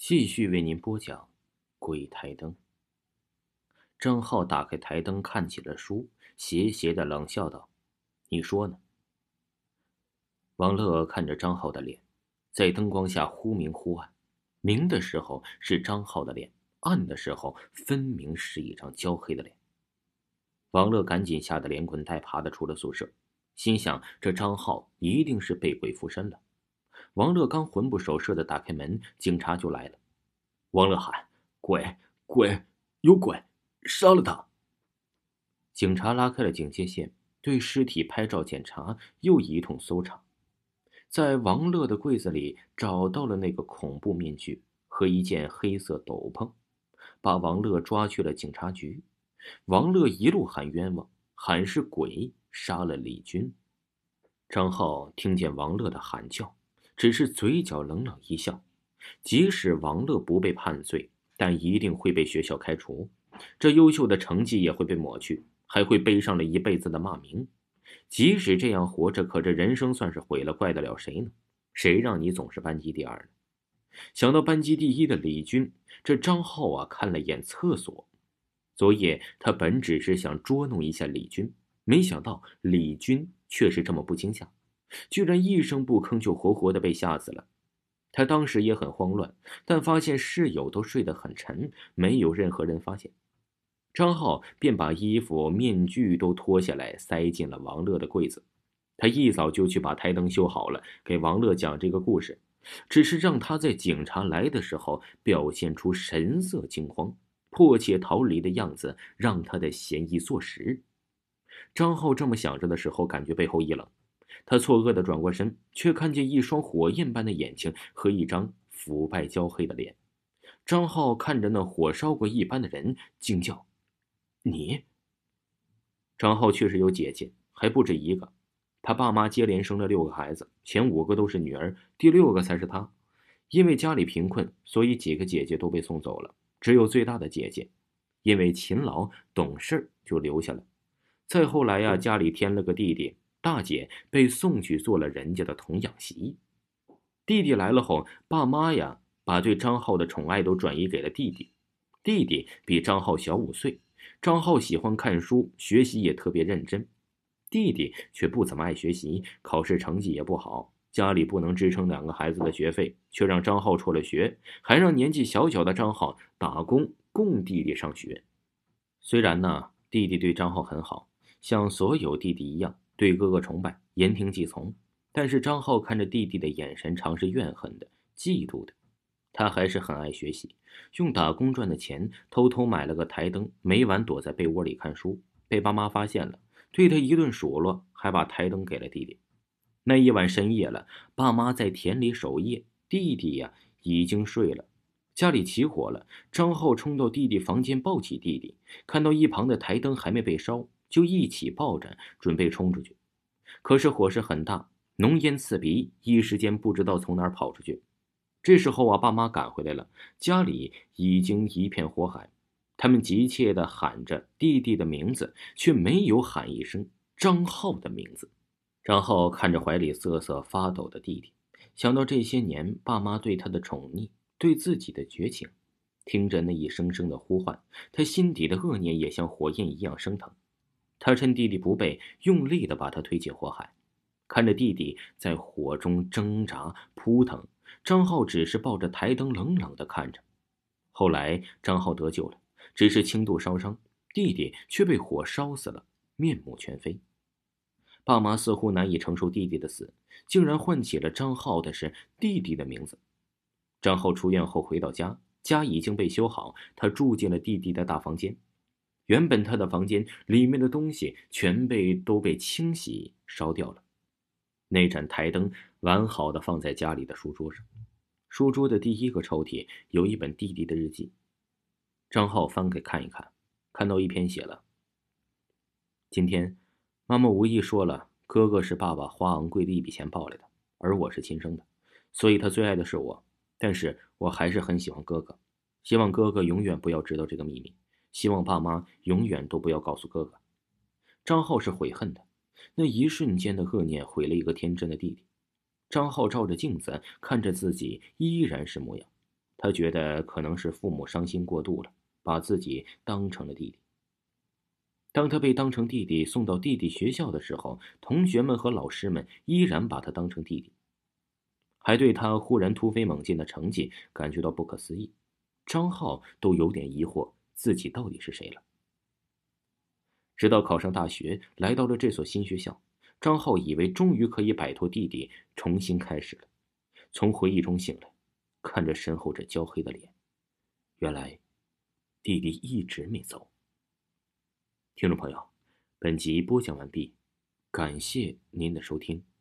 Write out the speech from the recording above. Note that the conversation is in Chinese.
继续为您播讲《鬼台灯》。张浩打开台灯，看起了书，斜斜的冷笑道：“你说呢？”王乐看着张浩的脸，在灯光下忽明忽暗，明的时候是张浩的脸，暗的时候分明是一张焦黑的脸。王乐赶紧吓得连滚带爬的出了宿舍，心想这张浩一定是被鬼附身了。王乐刚魂不守舍的打开门，警察就来了。王乐喊：“鬼！鬼！有鬼！杀了他！”警察拉开了警戒线，对尸体拍照检查，又一通搜查，在王乐的柜子里找到了那个恐怖面具和一件黑色斗篷，把王乐抓去了警察局。王乐一路喊冤枉，喊是鬼杀了李军。张浩听见王乐的喊叫，只是嘴角冷冷一笑。即使王乐不被判罪，但一定会被学校开除，这优秀的成绩也会被抹去，还会背上了一辈子的骂名。即使这样活着，可这人生算是毁了，怪得了谁呢？谁让你总是班级第二呢？想到班级第一的李军，这张浩看了眼厕所。昨夜他本只是想捉弄一下李军，没想到李军却是这么不惊吓，居然一声不吭就活活的被吓死了。他当时也很慌乱，但发现室友都睡得很沉，没有任何人发现。张浩便把衣服、面具都脱下来，塞进了王乐的柜子。他一早就去把台灯修好了，给王乐讲这个故事，只是让他在警察来的时候表现出神色惊慌、迫切逃离的样子，让他的嫌疑坐实。张浩这么想着的时候，感觉背后一冷。他错愕地转过身，却看见一双火焰般的眼睛和一张腐败焦黑的脸。张浩看着那火烧过一般的人，惊叫：“你！”张浩确实有姐姐，还不止一个。他爸妈接连生了6个孩子，前5个都是女儿，第6个才是他。因为家里贫困，所以几个姐姐都被送走了，只有最大的姐姐，因为勤劳懂事就留下了。再后来家里添了个弟弟，大姐被送去做了人家的童养媳。弟弟来了后，爸妈把对张浩的宠爱都转移给了弟弟。弟弟比张浩小5岁，张浩喜欢看书，学习也特别认真。弟弟却不怎么爱学习，考试成绩也不好，家里不能支撑2个孩子的学费，却让张浩辍了学，还让年纪小小的张浩打工供弟弟上学。虽然弟弟对张浩很好，像所有弟弟一样对哥哥崇拜，言听计从，但是张浩看着弟弟的眼神常是怨恨的、嫉妒的。他还是很爱学习，用打工赚的钱偷偷买了个台灯，每晚躲在被窝里看书，被爸妈发现了，对他一顿数落，还把台灯给了弟弟。那一晚深夜了，爸妈在田里守夜，弟弟已经睡了。家里起火了，张浩冲到弟弟房间抱起弟弟，看到一旁的台灯还没被烧，就一起抱着准备冲出去。可是火势很大，浓烟刺鼻，一时间不知道从哪儿跑出去。这时候爸妈赶回来了，家里已经一片火海。他们急切地喊着弟弟的名字，却没有喊一声张浩的名字。张浩看着怀里瑟瑟发抖的弟弟，想到这些年爸妈对他的宠溺，对自己的绝情，听着那一声声的呼唤，他心底的恶念也像火焰一样升腾。他趁弟弟不备，用力地把他推进火海。看着弟弟在火中挣扎扑腾，张浩只是抱着台灯冷冷地看着。后来张浩得救了，只是轻度烧伤，弟弟却被火烧死了，面目全非。爸妈似乎难以承受弟弟的死，竟然唤起了张浩的是弟弟的名字。张浩出院后回到家，家已经被修好，他住进了弟弟的大房间。原本他的房间里面的东西都被清洗烧掉了。那盏台灯完好的放在家里的书桌上，书桌的第一个抽屉有一本弟弟的日记。张浩翻开看一看，看到一篇写了：今天妈妈无意说了，哥哥是爸爸花昂贵的一笔钱抱来的，而我是亲生的，所以他最爱的是我，但是我还是很喜欢哥哥，希望哥哥永远不要知道这个秘密，希望爸妈永远都不要告诉哥哥。张浩是悔恨的，那一瞬间的恶念毁了一个天真的弟弟。张浩照着镜子看着自己依然是模样， 他觉得可能是父母伤心过度了，把自己当成了弟弟。当他被当成弟弟送到弟弟学校的时候，同学们和老师们依然把他当成弟弟，还对他忽然突飞猛进的成绩感觉到不可思议。张浩都有点疑惑自己到底是谁了。直到考上大学，来到了这所新学校，张浩以为终于可以摆脱弟弟，重新开始了。从回忆中醒来，看着身后这焦黑的脸，原来弟弟一直没走。听众朋友，本集播讲完毕，感谢您的收听。